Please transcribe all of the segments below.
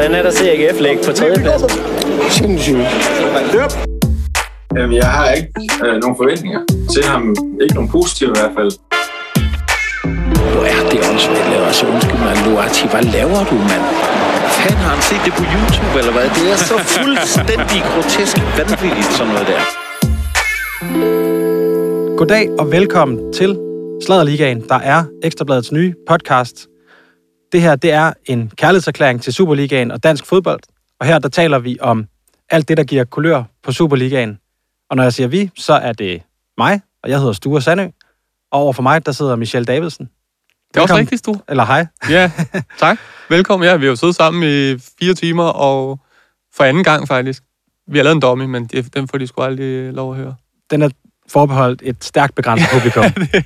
Hvordan er der CAGF ligge på tredjepladsen? Sindssygt. Jamen, jeg har ikke nogen forventninger til ham. Ikke nogen positive i hvert fald. Hvor er det åndssvagt lavet? Så undskyld mig, Luati, hvad laver du, mand? Fanden, har han set det på YouTube, eller hvad? Det er så fuldstændig grotesk vanvittigt, sådan noget der. Goddag og velkommen til Sladderligaen, der er Ekstrabladets nye podcast. Det her, det er en kærlighedserklæring til Superligaen og dansk fodbold. Og her, der taler vi om alt det, der giver kulør på Superligaen. Og når jeg siger vi, så er det mig, og jeg hedder Sture Sandø. Og overfor mig, der sidder Michelle Davidsen. Det er også rigtigt, Sture. Eller hej. Ja, tak. Velkommen. Ja, vi har jo siddet sammen i 4 timer, og for anden gang faktisk. Vi har lavet en dummy, men den får de sgu aldrig lov at høre. Den er forbeholdt et stærkt begrænset publikum.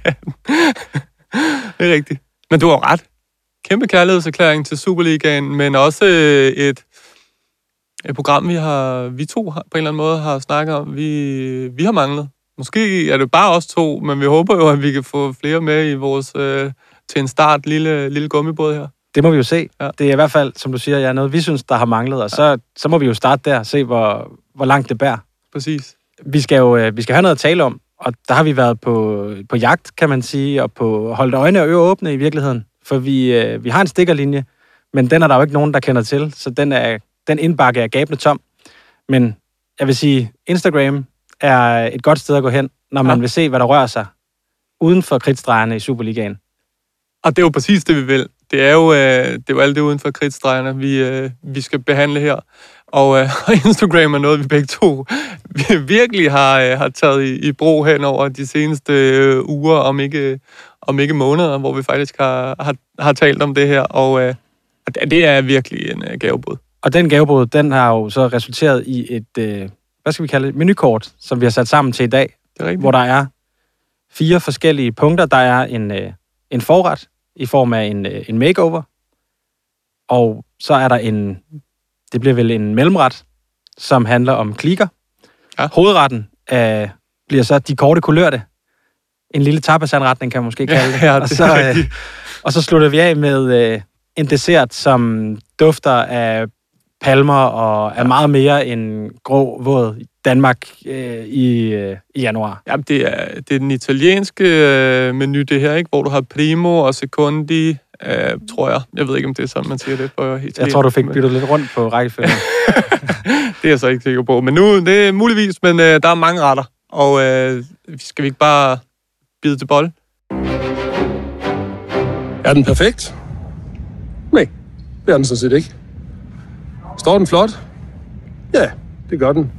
Det er rigtigt. Men du har ret. Kæmpe kærlighedserklæring til Superligaen, men også et program, vi to på en eller anden måde har snakket om. Vi har manglet. Måske er det bare os to, men vi håber jo, at vi kan få flere med i vores til en start lille gummibåd her. Det må vi jo se. Ja. Det er i hvert fald, som du siger, noget, vi synes, der har manglet. Og så må vi jo starte der og se, hvor langt det bærer. Præcis. Vi skal have noget at tale om, og der har vi været på jagt, kan man sige, og på holdt øjne og ører åbne i virkeligheden. For vi har en stikkerlinje, men den er der jo ikke nogen, der kender til, så den indbakke er gabende tom. Men jeg vil sige, Instagram er et godt sted at gå hen, når man vil se, hvad der rører sig uden for kridtstregerne i Superligaen. Og det er jo præcis det, vi vil. Det er jo alt det uden for kridtstregerne, vi skal behandle her. Og Instagram er noget, vi begge to virkelig har taget i brug hen over de seneste uger, om ikke måneder, hvor vi faktisk har talt om det her. Og det er virkelig en gavebod. Og den gavebod, den har jo så resulteret i et, hvad skal vi kalde det, menukort, som vi har sat sammen til i dag. Hvor der er 4 forskellige punkter. Der er en forret i form af en makeover. Og så er der det bliver vel en mellemret, som handler om klikker. Ja. Hovedretten bliver så de korte kulørte. En lille tapasanretning, kan man måske kalde det. Ja, og så slutter vi af med en dessert, som dufter af palmer og er meget mere end grå, våd Danmark i januar. Ja, det er den italienske menu, det her, ikke? Hvor du har primo og secondi, tror jeg. Jeg ved ikke, om det er sådan, man siger det på italiensk. Jeg tror, du fik byttet lidt rundt på rækkefølgen. Det er jeg så ikke sikker på. Men nu, det er muligvis, men der er mange retter. Og skal vi ikke bare bide til bold? Er den perfekt? Nej, det er den sådan set ikke. Står den flot? Ja, det gør den.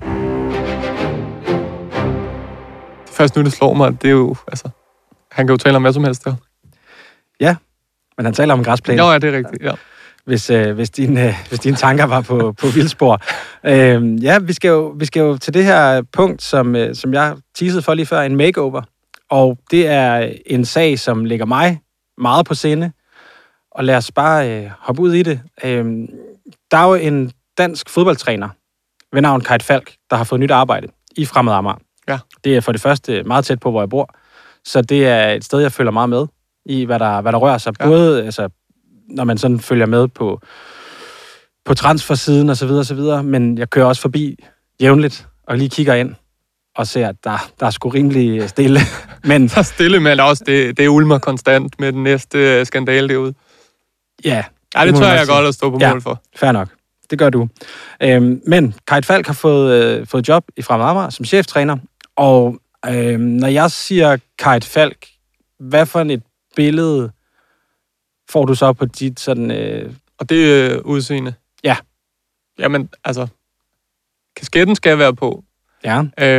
Først nu, det slår mig, det er jo, altså, han kan jo tale om hvad som helst der. Ja, men han taler om en græsplæne. Nå, ja, det er rigtigt, ja. Hvis dine tanker var på vildspor. Ja, vi skal jo til det her punkt, som jeg teasede for lige før, en makeover. Og det er en sag, som ligger mig meget på sinde. Og lad os bare hoppe ud i det. Der er jo en dansk fodboldtræner ved navn Kite Falk, der har fået nyt arbejde i Fremad Amager. Ja. Det er for det første meget tæt på, hvor jeg bor. Så det er et sted, jeg følger meget med i, hvad der rører sig. Ja. Både altså, når man sådan følger med på transfersiden og så videre, men jeg kører også forbi jævnligt og lige kigger ind og ser, at der er sgu rimelig stille. Men der er stille, men også det ulmer konstant med den næste skandale derude. Ja. Ja, det tror jeg godt at stå på mål for. Fair nok. Det gør du. Men Kite Falk har fået job i Fremad Amager som cheftræner, og når jeg siger Kite Falk, hvad for et billede får du så på dit sådan... Og det er udseende? Ja. Jamen, altså, kasketten skal være på. Ja.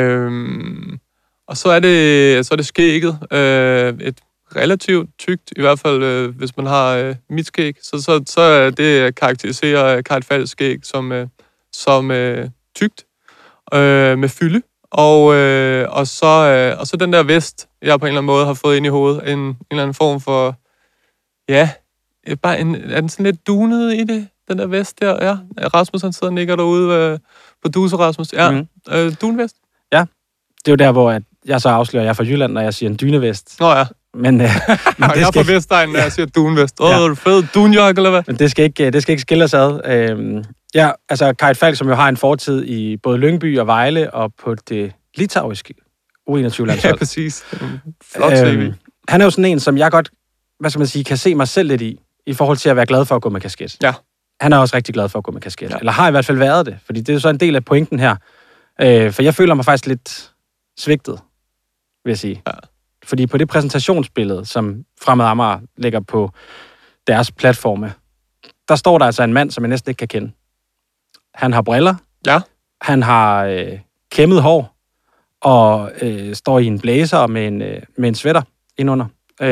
Og så er det skægget. Et relativt tykt, i hvert fald hvis man har mit skæg, så er det karakteriserer Kite Falks skæg som tykt med fylde. Og så den der vest, jeg på en eller anden måde har fået ind i hovedet, en eller anden form for, ja, er den sådan lidt dunet i det, den der vest der? Ja, Rasmus han sidder og nikker derude på Duse Rasmus. Ja, dunvest. Ja, det er jo der, hvor jeg så afslører, at jeg er fra Jylland, når jeg siger en dynevest. Nå ja. Men jeg er fra Vestegnen, når jeg siger Dunvest. Er du fed? Dunjok, eller hvad? Men det skal ikke skille os ad. Altså Kajt Falk, som jo har en fortid i både Lyngby og Vejle, og på det litauiske U21-landshold. Ja, præcis. Flot tv. Han er jo sådan en, som jeg godt, kan se mig selv lidt i forhold til at være glad for at gå med kasket. Ja. Han er også rigtig glad for at gå med kasket. Eller har i hvert fald været det, fordi det er jo så en del af pointen her. For jeg føler mig faktisk lidt svigtet, vil jeg sige. Ja. Fordi på det præsentationsbillede, som Fremad Amager lægger på deres platforme, der står der altså en mand, som jeg næsten ikke kan kende. Han har briller. Ja. Han har kæmmet hår, og står i en blazer med en sweater indunder.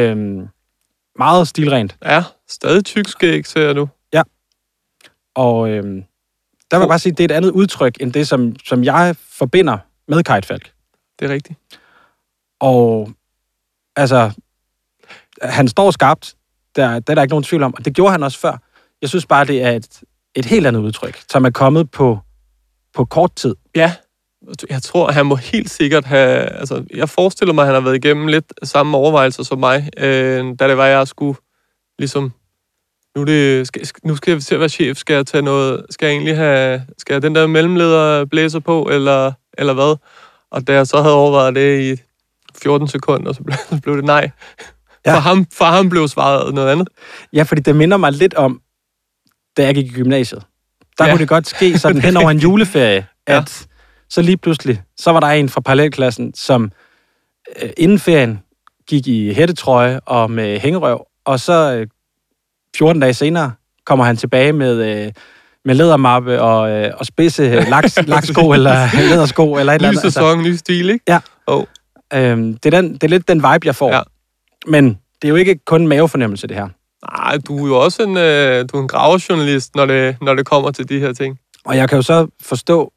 Meget stilrent. Ja, stadig tyk skæg, ser du. Ja. Og der vil jeg bare sige, at det er et andet udtryk, end det, som jeg forbinder med Kajt Falk. Det er rigtigt. Og altså, han står skarpt. Det er der ikke nogen tvivl om. Og det gjorde han også før. Jeg synes bare, det er et helt andet udtryk, som er kommet på kort tid. Ja, jeg tror, han må helt sikkert have... Altså, jeg forestiller mig, at han har været igennem lidt samme overvejelser som mig, da det var, jeg skulle ligesom... Nu skal jeg til at være chef. Skal jeg tage noget... Skal jeg den der mellemleder blæser på, eller hvad? Og da jeg så havde overvejet det i 14 sekunder, så blev det nej. Ja. For ham blev svaret noget andet. Ja, fordi det minder mig lidt om, da jeg gik i gymnasiet. Der kunne det godt ske sådan hen over en juleferie, at så lige pludselig, så var der en fra parallelklassen, som inden ferien gik i hættetrøje og med hængerøv, og så 14 dage senere kommer han tilbage med lædermappe og spidse laksko eller lædersko eller et eller andet. Ny sæson, ny stil, ikke? Ja. Det er lidt den vibe, jeg får. Ja. Men det er jo ikke kun mavefornemmelse, det her. Nej, du er jo også en gravejournalist, når det kommer til de her ting. Og jeg kan jo så forstå,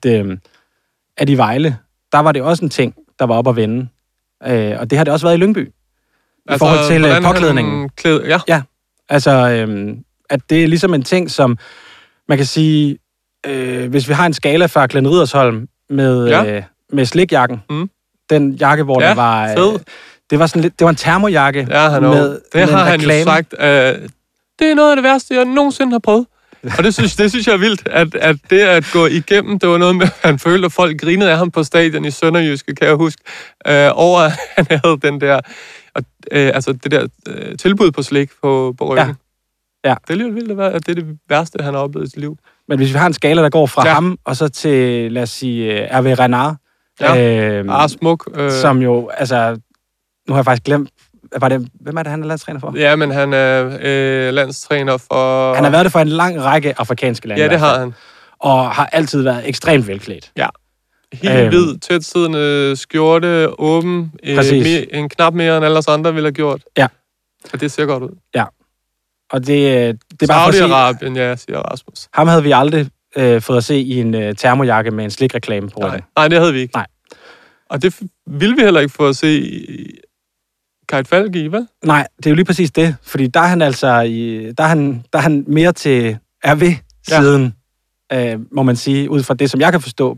at i Vejle, der var det også en ting, der var op at vende. Og det har det også været i Lyngby. I forhold til påklædningen. Ja. Altså, at det er ligesom en ting, som man kan sige, hvis vi har en skala fra Glenn Riddersholm med slikjakken, den jakke, hvor der var... Det var sådan lidt, det var en termojakke med det har han jo sagt. Det er noget af det værste, jeg nogensinde har prøvet. Og det synes jeg er vildt, at det at gå igennem, det var noget med, at han følte, at folk grinede af ham på stadion i Sønderjyske, kan jeg huske, over at han havde den der, altså det der tilbud på slik på ryggen. Ja. Det er lidt vildt, at det er det værste, han har oplevet i sit liv. Men hvis vi har en skala, der går fra ham, og så til, lad os sige, Hervé Renard. Smuk. Som jo, altså... Nu har jeg faktisk glemt, hvem er det, han er landstræner for? Ja, men han er landstræner for... Han har været det for en lang række afrikanske lande. Ja, det har han. Og har altid været ekstremt velklædt. Ja. Helt hvid, tætsiddende skjorte, åben. En knap mere, end alle os andre ville have gjort. Ja. Og det ser godt ud. Ja. Og det er bare for at sige... Saudi-Arabien, ja, siger Rasmus. Ham havde vi aldrig fået at se i en termojakke med en slikreklame på ryggen. Nej, det havde vi ikke. Nej. Og det ville vi heller ikke få at se i Kajt Falk i, vel? Nej, det er jo lige præcis det. Fordi der er han altså der er han mere til RV-siden, må man sige, ud fra det, som jeg kan forstå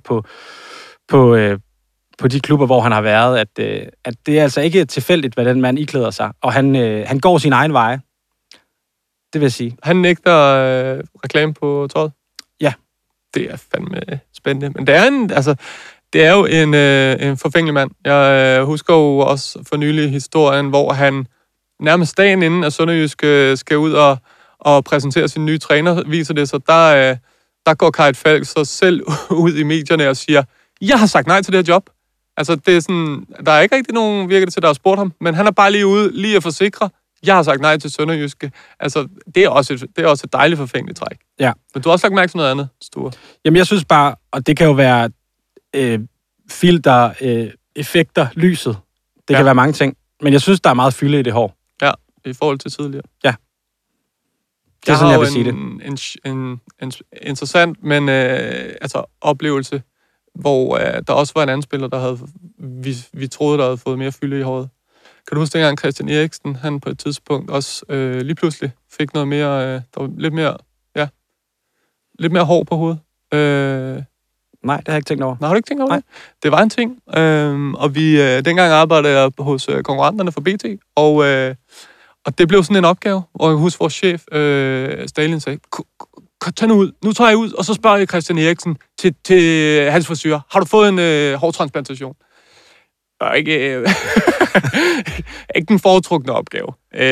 på de klubber, hvor han har været, at det er altså ikke tilfældigt, hvad den mand iklæder sig. Og han går sin egen vej. Det vil jeg sige. Han nægter reklame på tøjet? Ja. Det er fandme spændende. Men det er jo en forfængelig mand. Jeg husker jo også for nylig historien, hvor han nærmest dagen inden, at Sønderjysk skal ud og præsentere sin nye træner, viser det sig, der går Kajt Falk så selv ud i medierne og siger, jeg har sagt nej til det her job. Altså, det er sådan, der er ikke rigtig nogen virker det til, der har spurgt ham, men han er bare lige ude, lige at forsikre, jeg har sagt nej til Sønderjyske. Altså, det er også et dejligt forfængeligt træk. Ja. Men du har også lagt mærke til noget andet, Sture. Jamen, jeg synes bare, og det kan jo være filter, effekter, lyset. Det kan være mange ting. Men jeg synes, der er meget fylde i det hår. Ja, i forhold til tidligere. Ja. Det er sådan, jeg vil sige det. En interessant, men oplevelse, hvor der også var en anden spiller, der havde, vi troede, der havde fået mere fylde i håret. Kan du huske dengang Christian Eriksen, han på et tidspunkt også lige pludselig fik noget mere, der var lidt mere hår på hovedet. Nej, det har jeg ikke tænkt over. Nå, har du ikke tænkt over Nej. det? Det var en ting. Og vi dengang arbejdede jeg hos konkurrenterne for BT, og det blev sådan en opgave, hvor jeg husker vores chef, Stalin, sagde, tag nu ud. Nu tager jeg ud, og så spørger jeg Christian Eriksen til hans frisyr. Har du fået en hårtransplantation? Og ikke den foretrukne opgave.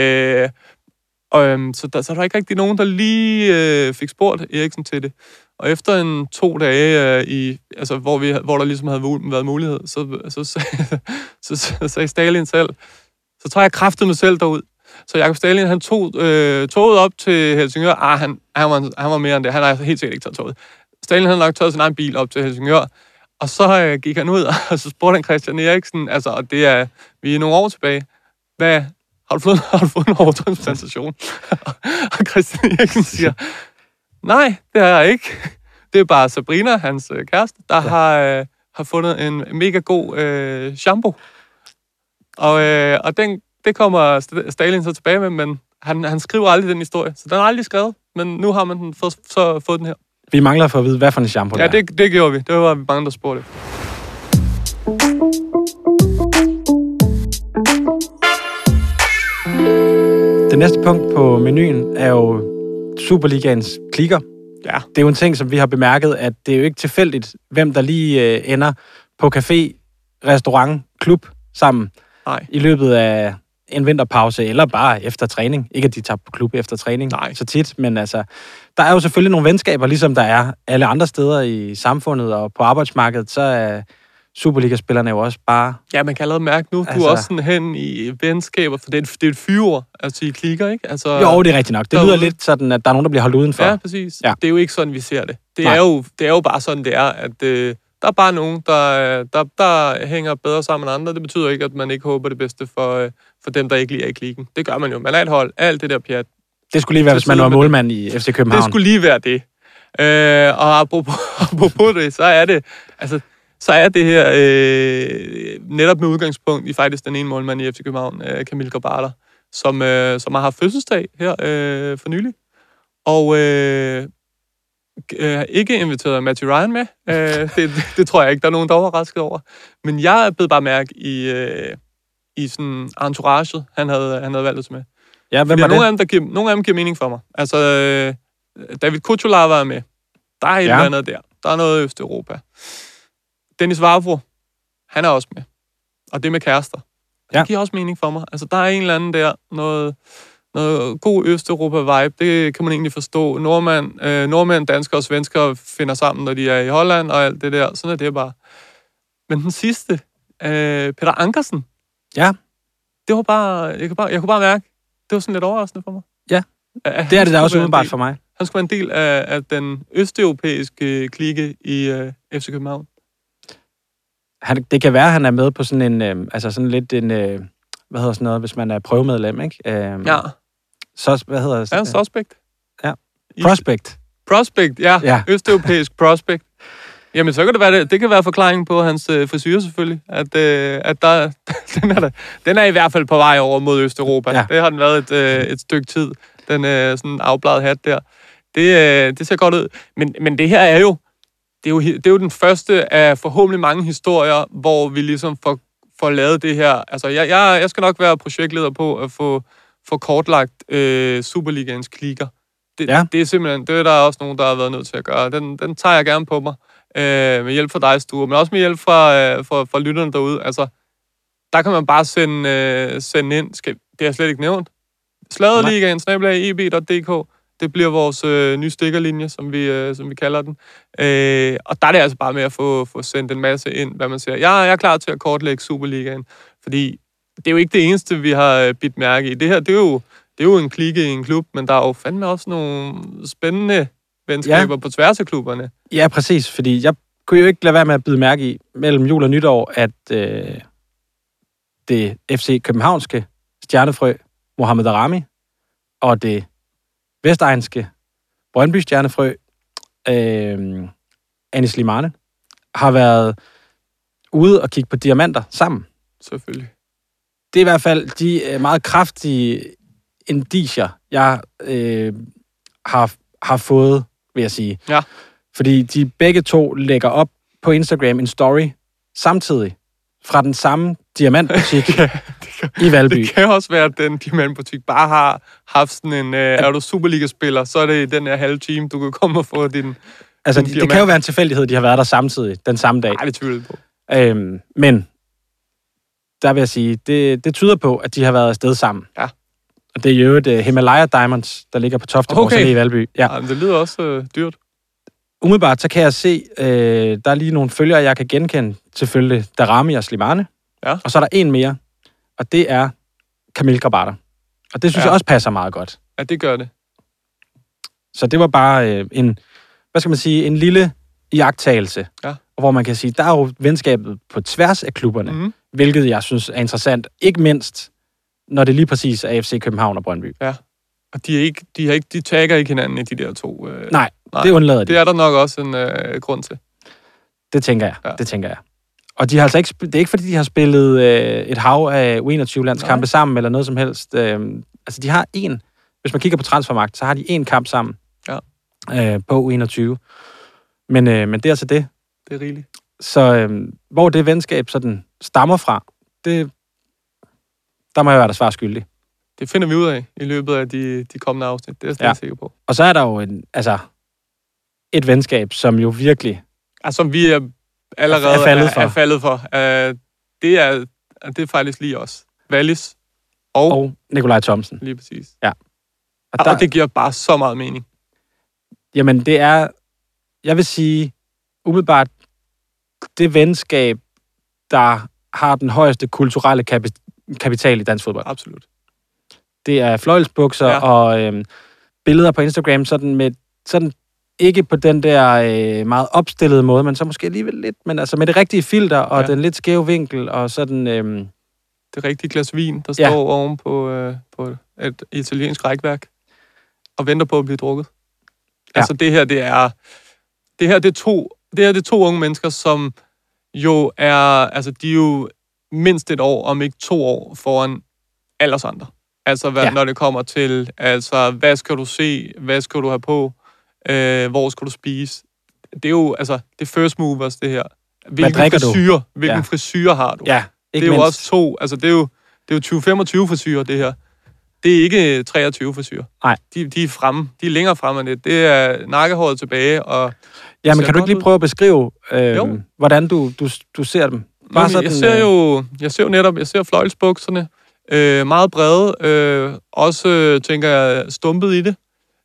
Så der var ikke rigtig nogen, der lige fik spurgt Eriksen til det. Og efter 2 dage, hvor der ligesom havde været mulighed, så sagde Stalin selv, så tager jeg kraftedeme selv derud. Så Jakob Stalin, han tog toget op til Helsingør. Han var mere end det. Han har helt sikkert ikke taget toget. Stalin havde nok taget sin egen bil op til Helsingør. Og så gik han ud, og så spurgte han Christian Eriksen, og vi er nogle år tilbage. Har du fået en hårtransplantation? Og Christian Eriksen siger, nej, det har jeg ikke. Det er bare Sabrina, hans kæreste, der har fundet en mega god shampoo. Og det kommer Stalin så tilbage med, men han skriver aldrig den historie. Så den er aldrig skrevet, men nu har man fået den her. Vi mangler for at vide, hvad for en shampoo det er. Ja, det gjorde vi. Det var mange, der spurgte. Det næste punkt på menuen er jo Superligaens klikker. Ja. Det er jo en ting, som vi har bemærket, at det er jo ikke tilfældigt, hvem der lige ender på café, restaurant, klub sammen. Nej. I løbet af en vinterpause, eller bare efter træning. Ikke, at de tager på klub efter træning så tit, men altså, der er jo selvfølgelig nogle venskaber, ligesom der er alle andre steder i samfundet og på arbejdsmarkedet, så er Superliga-spillerne jo også bare... Ja, man kan allerede mærke nu, du er også sådan hen i venskaber, for det er et fyreord, altså i klikker, ikke? Altså, jo, det er rigtigt nok. Det lyder lidt sådan, at der er nogen, der bliver holdt udenfor. Ja, præcis. Ja. Det er jo ikke sådan, vi ser det. Det er jo bare sådan, det er, at der er bare nogen, der hænger bedre sammen end andre. Det betyder ikke, at man ikke håber det bedste for dem, der ikke lige er i klikken. Det gør man jo. Man er et hold. Alt det der pjat. Det skulle lige være, hvis man var målmand i FC København. Det skulle lige være det. Og apropos det, så er det her netop med udgangspunkt i faktisk den ene målmand i FC København, Kamil Grabara, som har haft fødselsdag her for nylig. Og ikke inviteret Matthew Ryan med. Det tror jeg ikke, der er nogen, der er overrasket over. Men jeg er blevet bare mærke i sådan entouraget, han havde valgt med. Ja, hvem var det? Nogle af dem giver mening for mig. Altså, David Kuchula var med. Der er et eller andet der. Der er noget i Østeuropa. Dennis Vavro, han er også med. Og det med kærester. Det giver også mening for mig. Altså, der er en eller anden der, noget god Østeuropa-vibe, det kan man egentlig forstå. Nordmænd, danskere og svenskere finder sammen, når de er i Holland og alt det der. Sådan er det bare. Men den sidste, Peter Ankersen, det var bare, jeg kunne bare mærke, det var sådan lidt overraskende for mig. Ja, det er det da også umiddelbart for mig. Han skulle være en del af den østeuropæiske klikke i FC København. Det kan være, at han er med på sådan en, sådan lidt en, hvad hedder sådan noget, hvis man er prøvemedlem, ikke? Hvad hedder det? Ja, suspect. Ja, prospect. Prospect, ja. Østeuropæisk prospect. Jamen, så kan det være det kan være forklaringen på hans frisyr selvfølgelig, at den er i hvert fald på vej over mod Østeuropa. Ja. Det har den været et stykke tid, den sådan afbladet hat der. Det ser godt ud. Men det her er jo, det er jo den første af forhåbentlig mange historier, hvor vi ligesom får lavet det her. Altså, jeg skal nok være projektleder på at få kortlagt Superligaens klikker. Det er simpelthen, det er der også nogen, der har været nødt til at gøre. Den tager jeg gerne på mig. Med hjælp fra dig, Sture, men også med hjælp fra lytterne derude. Altså, der kan man bare sende ind. Det har jeg slet ikke nævnt. Sladderligaen, @eb.dk. Det bliver vores nye stikkerlinje, som vi kalder den. Og der er det altså bare med at få sendt en masse ind, hvad man siger. Jeg er klar til at kortlægge Superligaen, fordi det er jo ikke det eneste, vi har bidt mærke i. Det her, det er jo en klikke i en klub, men der er jo fandme også nogle spændende venskaber på tværs af klubberne. Ja, præcis, fordi jeg kunne jo ikke lade være med at bide mærke i mellem jul og nytår, at det FC Københavnske stjernefrø Mohamed Daramy og det vestegnske Brøndby stjernefrø Anis Slimane har været ude og kigge på diamanter sammen. Selvfølgelig. Det er i hvert fald de meget kraftige indicier, jeg har fået, vil jeg sige. Ja. Fordi de begge to lægger op på Instagram en story samtidig fra den samme diamantbutik i Valby. Det kan også være, at den diamantbutik bare har haft sådan en... er du Superliga-spiller, så er det den her halve time, du kan komme og få din... Altså, din det kan jo være en tilfældighed, de har været der samtidig, den samme dag. Nej, det tvivler på. Men der vil jeg sige, det tyder på, at de har været afsted sammen. Ja. Og det er jo et Himalaya Diamonds, der ligger på Toftegårds Allé i Valby. Ja. Det lyder også dyrt. Umiddelbart, så kan jeg se, der er lige nogle følgere, jeg kan genkende, selvfølgelig Darami og Slimane. Ja. Og så er der en mere, og det er Camille Grabata. Og det synes jeg også passer meget godt. Ja, det gør det. Så det var bare en lille iagttagelse, hvor man kan sige, der er jo venskabet på tværs af klubberne, hvilket jeg synes er interessant, ikke mindst, når det lige præcis er FC København og Brøndby. Ja, og de tagger ikke hinanden i de der to. Nej, det undlader de. Det er der nok også en grund til. Det tænker jeg. Og de har altså ikke, det er ikke fordi, de har spillet et hav af U21-landskampe sammen, eller noget som helst. Altså, de har hvis man kigger på Transfermarkt, så har de en kamp sammen på U21. Men det er altså det. Det er rigeligt. Så hvor det venskab sådan stammer fra, der må jeg være der svar skyldig. Det finder vi ud af i løbet af de kommende afsnit. Det er jeg sikker på. Og så er der jo et venskab, som jo virkelig... Altså, som vi allerede er faldet for. Det er faktisk lige os. Wallis og Nikolaj Thomsen. Lige præcis. Ja. Og det giver bare så meget mening. Jamen, det er... Jeg vil sige, umiddelbart, det venskab, der har den højeste kulturelle kapital i dansk fodbold. Absolut. Det er fløjelsbukser og billeder på Instagram, sådan ikke på den der meget opstillede måde, men så måske alligevel lidt, men altså med det rigtige filter og den lidt skæve vinkel og sådan... Det rigtige glas vin, der står oven på et italiensk rækværk og venter på at blive drukket. Ja. Altså det her, det er to unge mennesker, som jo er, altså de er jo mindst et år, om ikke 2 år foran alle os andre. Altså når det kommer til, altså hvad skal du se, hvad skal du have på, hvor skal du spise. Det er jo, altså, det er first movers, det her. Hvilken frisyr har du? Ja, det er jo også 2, altså det er jo 20-25 frisyrer, det her. Det er ikke 23 frisyrer. Nej. De er fremme, de er længere fremme end det. Det er nakkehåret tilbage, og... Ja, men kan du ikke lige prøve at beskrive, hvordan du ser dem? Bare sådan, jeg ser fløjelsbukserne, meget brede, også, tænker jeg, stumpet i det.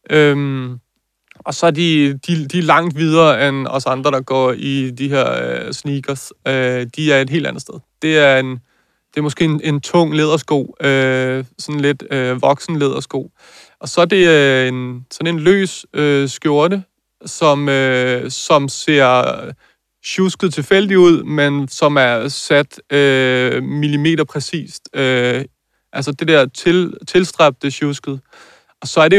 Og så er de er langt videre end os andre, der går i de her sneakers. De er et helt andet sted. Det er måske en tung lædersko, sådan lidt voksen lædersko. Og så er det sådan en løs skjorte, som ser sjusket tilfældigt ud, men som er sat millimeter præcist. Altså det der tilstræbte sjusket. Og så er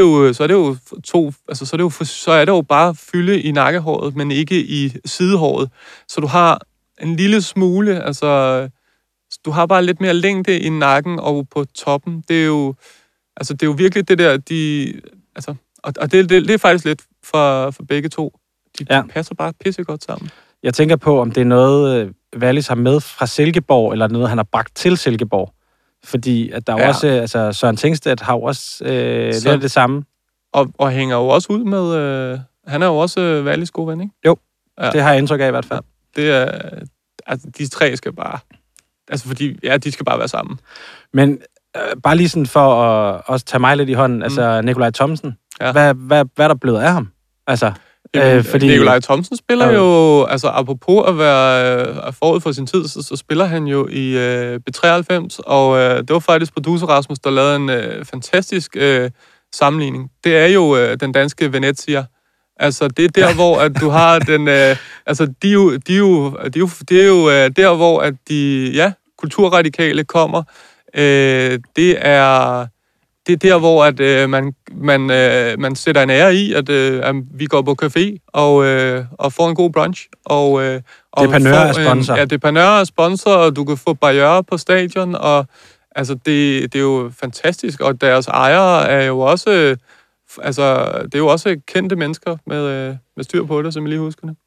det jo bare fylde i nakkehåret, men ikke i sidehåret. Så du har en lille smule, altså du har bare lidt mere længde i nakken og på toppen. Det er jo virkelig det der, og det er faktisk lidt for begge to. De passer bare pissegodt sammen. Jeg tænker på, om det er noget, Wallis har med fra Silkeborg, eller noget, han har bragt til Silkeborg. Fordi at der er også, altså Søren Tingstedt har jo også lidt det samme. Og hænger jo også ud med, han er jo også Wallis gode ven, ikke? Jo, det har jeg indtryk af i hvert fald. Ja, det er, altså de tre skal bare, altså fordi, de skal bare være sammen. Men bare lige sådan for at også tage mig lidt i hånden, altså Nikolaj Thomsen, hvad er der blevet af ham? Altså... fordi Nikolaj Thomsen spiller jo, altså apropos at være forud for sin tid, så spiller han jo i B93, og det var faktisk producer Rasmus, der lavede en fantastisk sammenligning. Det er jo den danske Venezia. Altså det er der, hvor at du har den, altså det er jo der, hvor at de kulturradikale kommer. Det er der, hvor at, man sætter en ære i, at vi går på café og får en god brunch. Og Depanør er sponsor. Depanør er sponsor, og du kan få barriere på stadion. Og altså, det er jo fantastisk. Og deres ejere er jo også... Altså, det er jo også kendte mennesker med styr på det, som jeg lige husker det.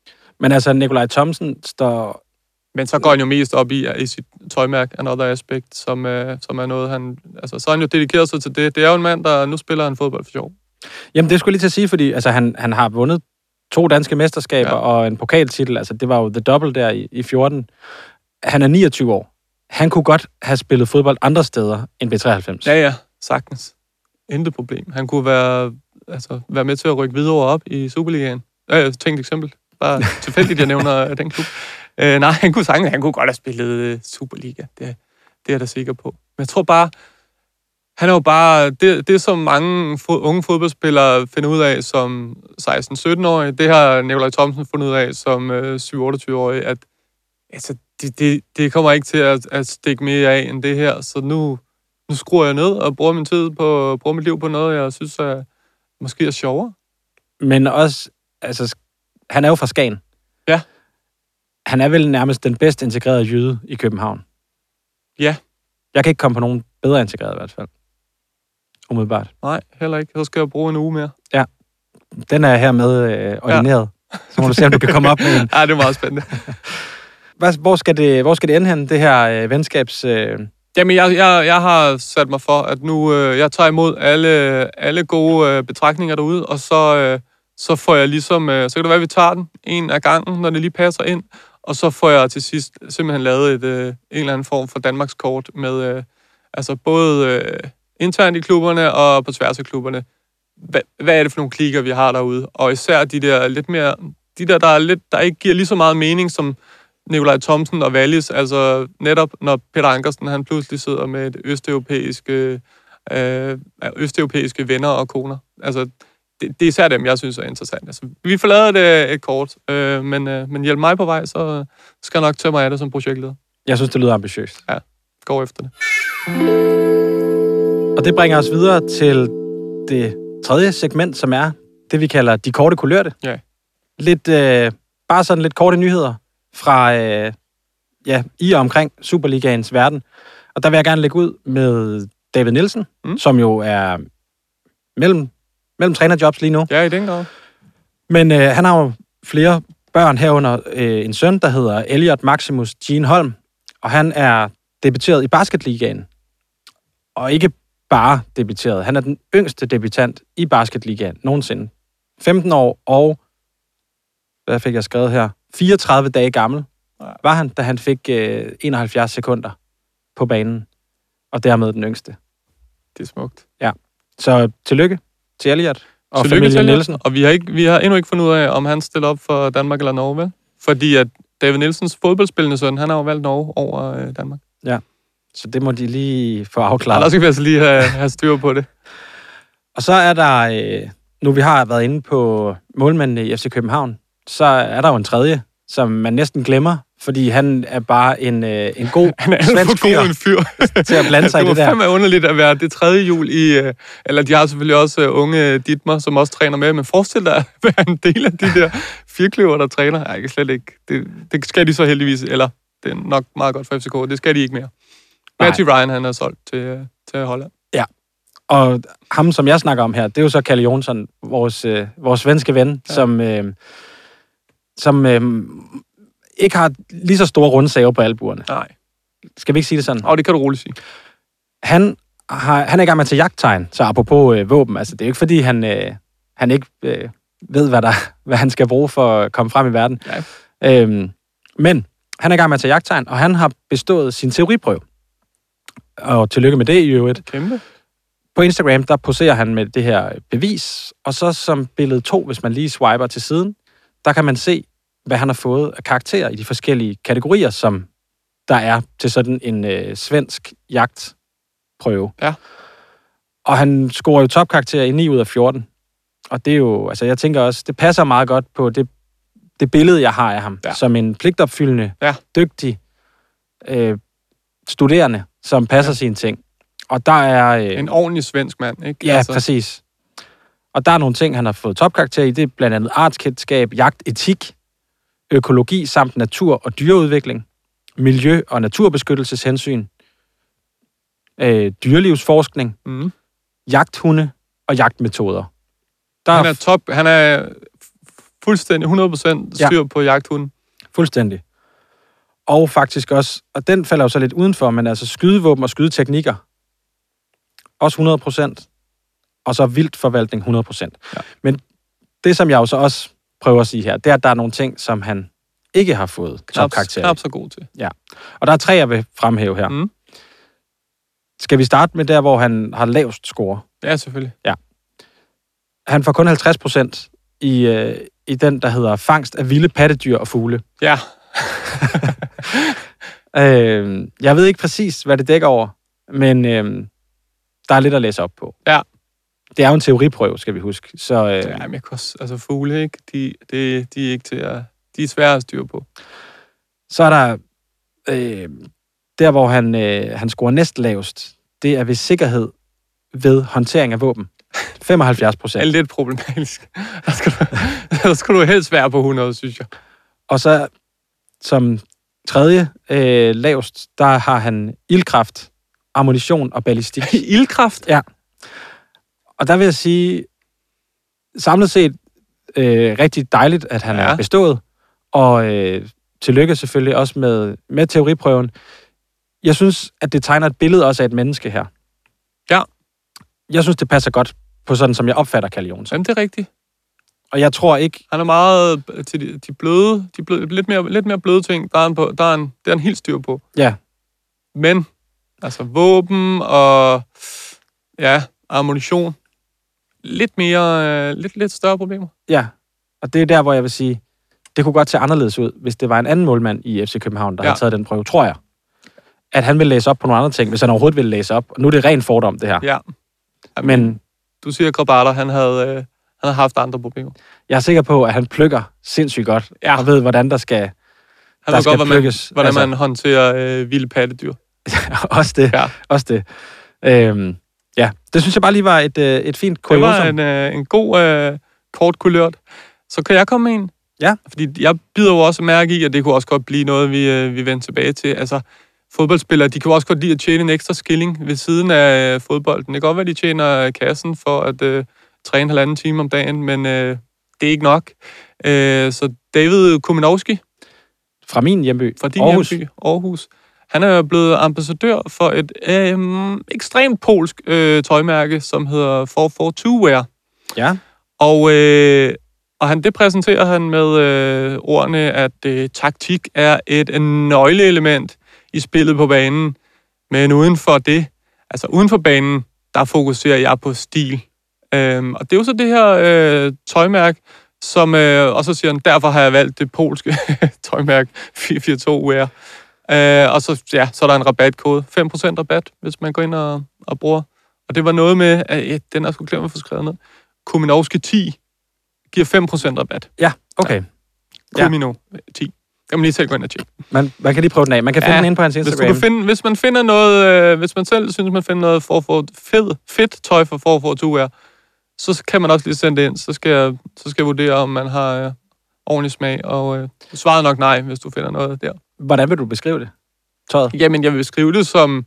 Men altså, Nikolaj Thomsen står... Men så går han jo mest op i sit tøjmærke, Another Aspect, som er noget, han... Altså, så har han jo dedikeret sig til det. Det er jo en mand, der nu spiller han fodbold for sjov. Jamen, det skulle jeg lige til at sige, fordi altså, han har vundet 2 danske mesterskaber og en pokaltitel. Altså, det var jo The Double der i 14. Han er 29 år. Han kunne godt have spillet fodbold andre steder end B93. Ja, sagtens. Intet problem. Han kunne være med til at rykke videre op i Superligaen. Tænk et eksempel. Bare tilfældigt, jeg nævner den klub. Nej, han kunne godt have spillet Superliga. Det er jeg da sikker på. Men jeg tror bare, han er jo bare... Det som mange unge fodboldspillere finder ud af som 16-17-årige, det har Nikolaj Thomsen fundet ud af som 7-28-årig, at altså, det kommer ikke til at stikke mere af end det her. Så nu skruer jeg ned og bruger mit liv på noget, jeg synes er, måske er sjovere. Men også, altså, han er jo fra Skagen. Ja. Han er vel nærmest den bedst integrerede jyde i København. Ja. Jeg kan ikke komme på nogen bedre integreret i hvert fald. Umiddelbart. Nej, heller ikke. Så skal jeg bruge en uge mere. Ja. Den er hermed ordineret. Ja. Så må du se, om du kan komme op med en. Ja, det er meget spændende. Hvor skal det ende hen, det her venskabs... Jamen, jeg har sat mig for, at nu jeg tager imod alle gode betragtninger derude, og så får jeg ligesom... så kan det være, at vi tager den en af gangen, når det lige passer ind, og så får jeg til sidst simpelthen lavet en eller anden form for Danmarkskort med altså både internt i klubberne og på tværs af klubberne. Hvad er det for nogle klikker, vi har derude? Og især de der lidt mere... der ikke giver lige så meget mening som Nikolaj Thomsen og Wallis, altså netop når Peter Ankersen, han pludselig sidder med et østeuropæiske venner og koner. Altså, det er især dem, jeg synes er interessant. Altså, vi får lavet et kort, men hjælp mig på vej, så skal jeg nok tage mig af det som projektleder. Jeg synes, det lyder ambitiøst. Ja, går efter det. Og det bringer os videre til det tredje segment, som er det, vi kalder de korte kulørte. Ja. Lidt, bare sådan lidt korte nyheder fra i og omkring Superligaens verden. Og der vil jeg gerne lægge ud med David Nielsen, som jo er mellem trænerjobs lige nu. Ja, i den grad. Men han har jo flere børn herunder en søn, der hedder Elliot Maximus Jean Holm, og han er debuteret i Basketligaen. Og ikke bare debuteret. Han er den yngste debutant i Basketligaen nogensinde. 15 år og, hvad fik jeg skrevet her, 34 dage gammel var han, da han fik 71 sekunder på banen. Og dermed den yngste. Det er smukt. Ja. Så tillykke til Elliot og familien Nielsen. Og vi har endnu ikke fundet ud af, om han stiller op for Danmark eller Norge, vel? Fordi at David Nielsens fodboldspillende søn, han har jo valgt Norge over Danmark. Ja. Så det må de lige få afklaret. Der skal vi altså lige have styr på det. Og så er der, nu vi har været inde på målmanden i FC København, så er der jo en tredje, som man næsten glemmer, fordi han er bare en god svensk fyr til at blande sig i det der. Det var fandme underligt at være det tredje hjul i... Eller de har selvfølgelig også unge Dietmar, som også træner med, men forestil dig at være en del af de der firkløver, der træner. Jeg kan slet ikke... Det skal de så heldigvis, eller det er nok meget godt for FCK, det skal de ikke mere. Matthew Ryan, han er solgt til Holland. Ja, og ham, som jeg snakker om her, det er jo så Kalle Jonsson, vores svenske ven, som ikke har lige så store runde på albuerne. Nej. Skal vi ikke sige det sådan? Det kan du roligt sige. Han er i gang med at tage jagttegn, så apropos våben, altså det er jo ikke fordi, han ikke ved, hvad han skal bruge for at komme frem i verden. Men han er i gang med at tage jagttegn, og han har bestået sin teoriprøve. Og tillykke med det i øvrigt. Kæmpe. På Instagram, der poserer han med det her bevis, og så som billede 2, hvis man lige swiper til siden, der kan man se, hvad han har fået af karakterer i de forskellige kategorier, som der er til sådan en svensk jagtprøve. Ja. Og han scorer jo topkarakterer i 9 ud af 14. Og det er jo, altså jeg tænker også, det passer meget godt på det billede, jeg har af ham. Ja. Som en pligtopfyldende, dygtig studerende, som passer sine ting. Og der er... en ordentlig svensk mand, ikke? Ja, altså. Præcis. Og der er nogle ting, han har fået topkarakter i. Det er blandt andet artskendskab, jagtetik, økologi samt natur- og dyreudvikling, miljø- og naturbeskyttelseshensyn, dyrelivsforskning, jagthunde og jagtmetoder. Han er fuldstændig 100% styr på jagthunden. Fuldstændig. Og faktisk også, og den falder jo så lidt udenfor, men altså skydevåben og skydeteknikker, også 100%, og så vildtforvaltning 100%. Ja. Men det, som jeg jo så også prøver at sige her, det er, at der er nogle ting, som han ikke har fået som karakter. Knap så god til. Ja. Og der er 3, jeg vil fremhæve her. Mm. Skal vi starte med der, hvor han har lavest score? Ja, selvfølgelig. Ja. Han får kun 50% i den, der hedder fangst af vilde pattedyr og fugle. Ja. Jeg ved ikke præcis, hvad det dækker over, men der er lidt at læse op på. Ja. Det er jo en teoriprøve, skal vi huske. Så, ja, men jeg kan også, altså fugle, ikke? De er ikke til at... De er svære at styre på. Så er der... der, hvor han scorer næstlavest, det er ved sikkerhed ved håndtering af våben. 75%. Det er lidt problematisk. Der skal du helst være på 100, synes jeg. Og så som tredje lavest, der har han ildkraft, ammunition og ballistik. Ildkraft? Ja. Og der vil jeg sige, samlet set rigtig dejligt, at han er bestået. Og tillykke selvfølgelig også med teoriprøven. Jeg synes, at det tegner et billede også af et menneske her. Ja. Jeg synes, det passer godt på sådan, som jeg opfatter Carl Jonsson. Jamen, det er rigtigt. Og jeg tror ikke... Han er meget til de bløde, lidt mere bløde ting, der er en helt styr på. Ja. Men, altså våben og ammunition, lidt større problemer. Ja, og det er der, hvor jeg vil sige, det kunne godt se anderledes ud, hvis det var en anden målmand i FC København, der havde taget den prøve, tror jeg. At han ville læse op på nogle andre ting, hvis han overhovedet ville læse op. Og nu er det ren fordom, det her. Ja. Men du siger, at Grabata, han havde haft andre problemer. Jeg er sikker på, at han plukker sindssygt godt, og ved, hvordan der skal plukkes. Hvordan man håndterer vilde pattedyr. Også det. Ja. Også det. Det synes jeg bare lige var et fint kuriosum. Det var en god kort kulørt. Så kan jeg komme med en? Ja. Fordi jeg bider jo også mærke i, at det kunne også godt blive noget, vi vender tilbage til. Altså, fodboldspillere, de kan jo også godt lide at tjene en ekstra skilling ved siden af fodbolden. Det kan godt være, de tjener kassen for at træne 1,5 time om dagen, men det er ikke nok. Så David Kuminowski. Fra min hjemby. Fra din hjemby, Aarhus. Han er blevet ambassadør for et ekstremt polsk tøjmærke, som hedder 442 Wear. Ja. Og det præsenterer han med ordene, at taktik er et nøgleelement i spillet på banen. Men uden for banen, der fokuserer jeg på stil. Og det er jo så det her tøjmærke, som også siger han, derfor har jeg valgt det polske tøjmærke 442 Wear. Og så er der en rabatkode. 5% rabat, hvis man går ind og bruger. Og det var noget med, at den er sgu glemt at få skrevet ned. Kuminowski 10 giver 5% rabat. Ja, okay. Kumino 10. Kan man lige selv gå ind og tjekke. Man kan lige prøve den af. Man kan finde den inde på hans Instagram. Hvis man finder noget, hvis man selv synes, man finder noget fedt tøj for 442 Wear, så kan man også lige sende det ind. Så skal jeg vurdere, om man har ordentlig smag. Og svaret nok nej, hvis du finder noget der. Hvordan vil du beskrive det? Tøjet? Jamen, jeg vil beskrive det som...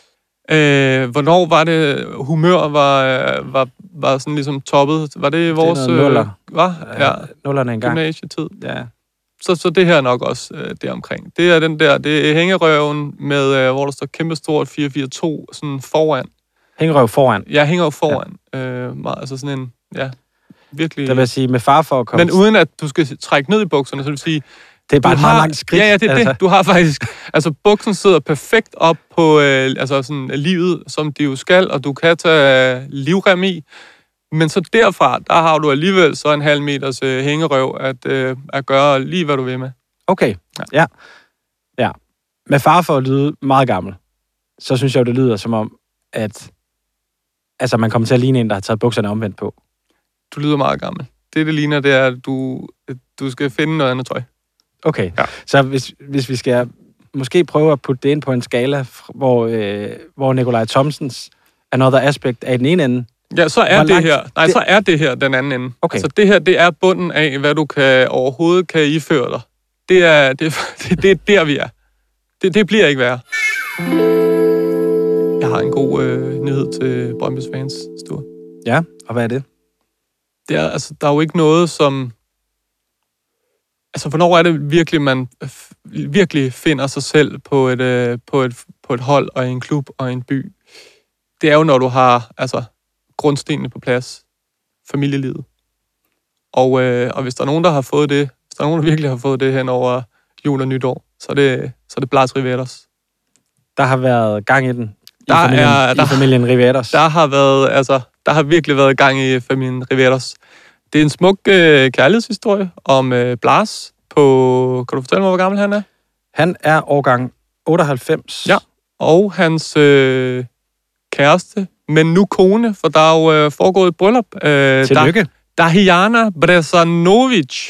hvornår var det humør var sådan ligesom toppet? Var det vores... Det er nuller. Ja. Nullerne engang. Gymnasietid. Ja. Så det her er nok også deromkring. Det er den der, det er hængerøven med, hvor der står kæmpestort 442 sådan foran. Hængerøv foran? Ja, hængerøv foran. Ja. Altså sådan en, virkelig... Det vil sige, med far for at komme... Men uden at du skal trække ned i bukserne, så vil sige... Det er bare et meget langt skridt. Ja, det er det. Du har faktisk... Altså, buksen sidder perfekt op på sådan livet, som det jo skal, og du kan tage livrem i. Men så derfra, der har du alligevel så en halv meters hængerøv at gøre lige, hvad du vil med. Okay, ja. Med far for at lyde meget gammel, så synes jeg jo, det lyder som om, at man kommer til at ligne en, der har taget bukserne omvendt på. Du lyder meget gammel. Det ligner, det er, at du skal finde noget andet tøj. Okay, så hvis vi skal måske prøve at putte det ind på en skala, hvor Nikolaj Thomsens Another Aspect er i den ene ende. Ja, så er det her den anden ende. Okay. Altså det her, det er bunden af, hvad du overhovedet kan iføre dig. Det er der, vi er. Det bliver ikke værre. Jeg har en god nyhed til Brøndbys fans, Sture. Ja, og hvad er det? Det er, altså, der er jo ikke noget som Altså, hvornår er det virkelig, man virkelig finder sig selv på et hold og en klub og en by? Det er jo, når du har grundstenene på plads. Familielivet. Og hvis der er nogen, der har fået det, hvis der er nogen, der virkelig har fået det hen over jul og nytår, så er det Blas Riveros. Der har været gang i den. I familien Riveros. Der har virkelig været gang i familien Riveros. Det er en smuk kærlighedshistorie om Blas på... Kan du fortælle mig, hvor gammel han er? Han er årgang 98. Ja, og hans kæreste, men nu kone, for der er jo foregået et bryllup. Tillykke. Dahiana Bresanovic.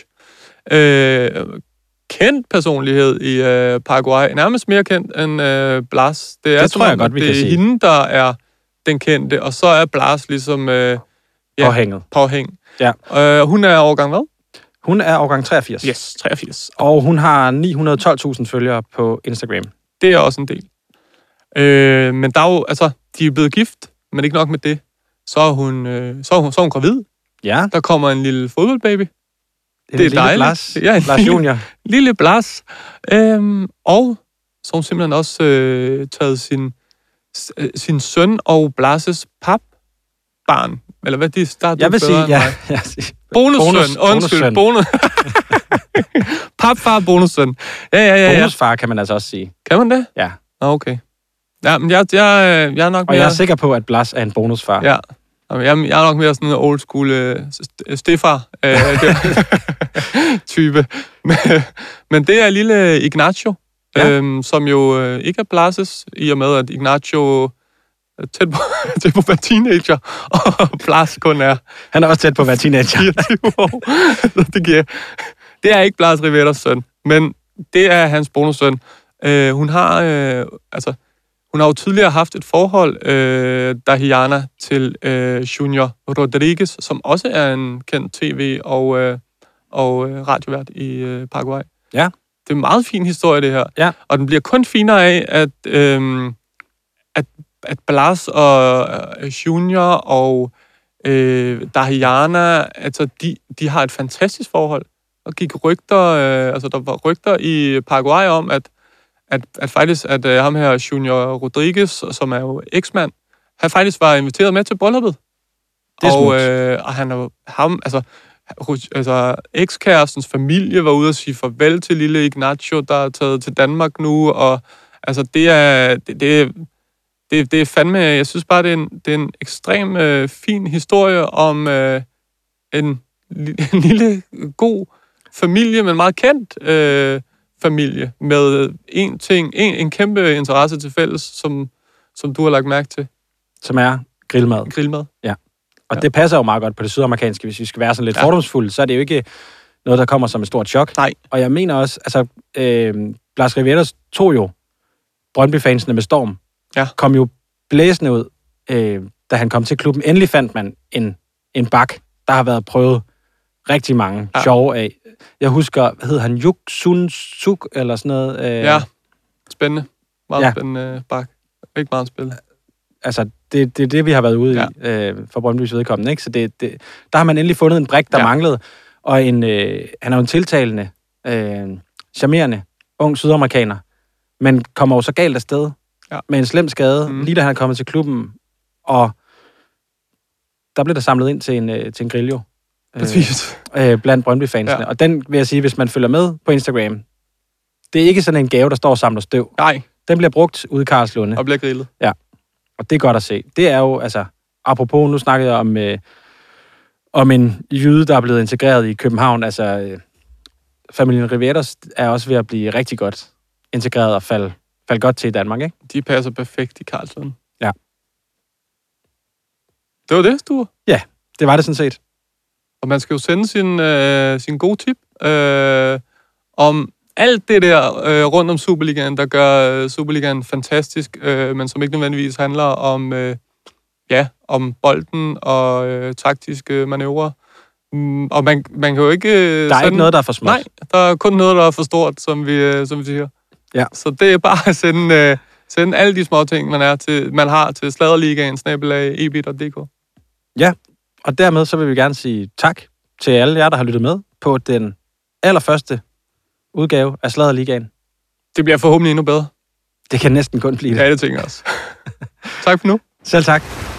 Kendt personlighed i Paraguay. Nærmest mere kendt end Blas. Det tror jeg godt, vi kan sige. Det er hende, der er den kendte, og så er Blas ligesom... Påhæng. Ja. Hun er årgang hvad? Hun er årgang 83. Yes, 83. Og hun har 912.000 følgere på Instagram. Det er også en del. Men der er jo, de er blevet gift, men ikke nok med det. Så er hun gravid. Ja. Der kommer en lille fodboldbaby. Det er dejligt. Blas. Ja, Blas Junior. Lille Blas. Og så har hun simpelthen også taget sin søn og Blas' papbarn. Eller hvad de starter. Jeg vil sige, ja. Bonussøn. Undskyld. Bonus. Papfar, bonussøn. Ja. Bonusfar kan man altså også sige. Kan man det? Ja. Okay. Ja, men jeg er nok mere... Og jeg er sikker på, at Blas er en bonusfar. Ja. Jeg er nok mere sådan en old school stefar type. Men det er lille Ignacio, som jo ikke er Blas' i og med, at Ignacio er tæt på at være teenager, og Blas kun er... Han er også tæt på at være teenager. 24 år. Det er ikke Blas Riveros søn, men det er hans bonussøn. Hun har jo tidligere haft et forhold, Dahiana, til Junior Rodriguez, som også er en kendt tv- og radiovært i Paraguay. Ja. Det er en meget fin historie, det her. Ja. Og den bliver kun finere af, at Blas og Junior og Dahiana, de har et fantastisk forhold. Og gik rygter, der var rygter i Paraguay om, at faktisk, at ham her, Junior Rodriguez, som er jo eksmand, han faktisk var inviteret med til brylluppet. Det er og han er ham, ekskærestens familie var ude at sige farvel til lille Ignacio, der er taget til Danmark nu, og det er fandme, jeg synes bare, det er en ekstrem fin historie om en lille, god familie, men meget kendt familie, med en kæmpe interesse til fælles, som du har lagt mærke til. Som er grillmad. Grillmad. Ja. Og det passer jo meget godt på det sydamerikanske. Hvis vi skal være sådan lidt fordomsfulde, så er det jo ikke noget, der kommer som et stort chok. Nej. Og jeg mener også, Blas Riveros tog jo Brøndby-fansene med storm. Ja. Kom jo blæsende ud, da han kom til klubben. Endelig fandt man en bak, der har været prøvet rigtig mange sjove af. Jeg husker, hvad hed han? Juk Sun Suk, eller sådan noget. Ja, spændende. Meget spændende bak. Ikke meget spændende. Det er det, vi har været ude i for Brøndbys vedkommende, ikke? Så der har man endelig fundet en brik, der manglede. Og han er jo en tiltalende, charmerende, ung sydamerikaner, men kommer jo så galt afsted med en slem skade, lige da han er kommet til klubben, og der blev der samlet ind til en grillo. Blandt Brøndby-fansene. Ja. Og den vil jeg sige, hvis man følger med på Instagram, det er ikke sådan en gave, der står og samler støv. Nej. Den bliver brugt ude i Karlslunde. Og bliver grillet. Ja. Og det er godt at se. Det er jo, apropos, nu snakkede jeg om en jyde, der er blevet integreret i København. Familien Riveros er også ved at blive rigtig godt integreret og falde godt til i Danmark, ikke? De passer perfekt i Karlslunde. Ja. Det var det, Sture? Ja, det var det sådan set. Og man skal jo sende sin gode tip om alt det der rundt om Superligaen, der gør Superligaen fantastisk, men som ikke nødvendigvis handler om bolden og taktiske manøvrer. Og man kan jo ikke... Der er ikke noget, der er for småt. Nej, der er kun noget, der er for stort, som vi siger. Ja. Så det er bare at sende alle de små ting, man har til sladderligaen@eb.dk. Ja, og dermed så vil vi gerne sige tak til alle jer, der har lyttet med på den allerførste udgave af Sladderligaen. Det bliver forhåbentlig endnu bedre. Det kan næsten kun blive det. Ja, det tænker jeg også. Tak for nu. Selv tak.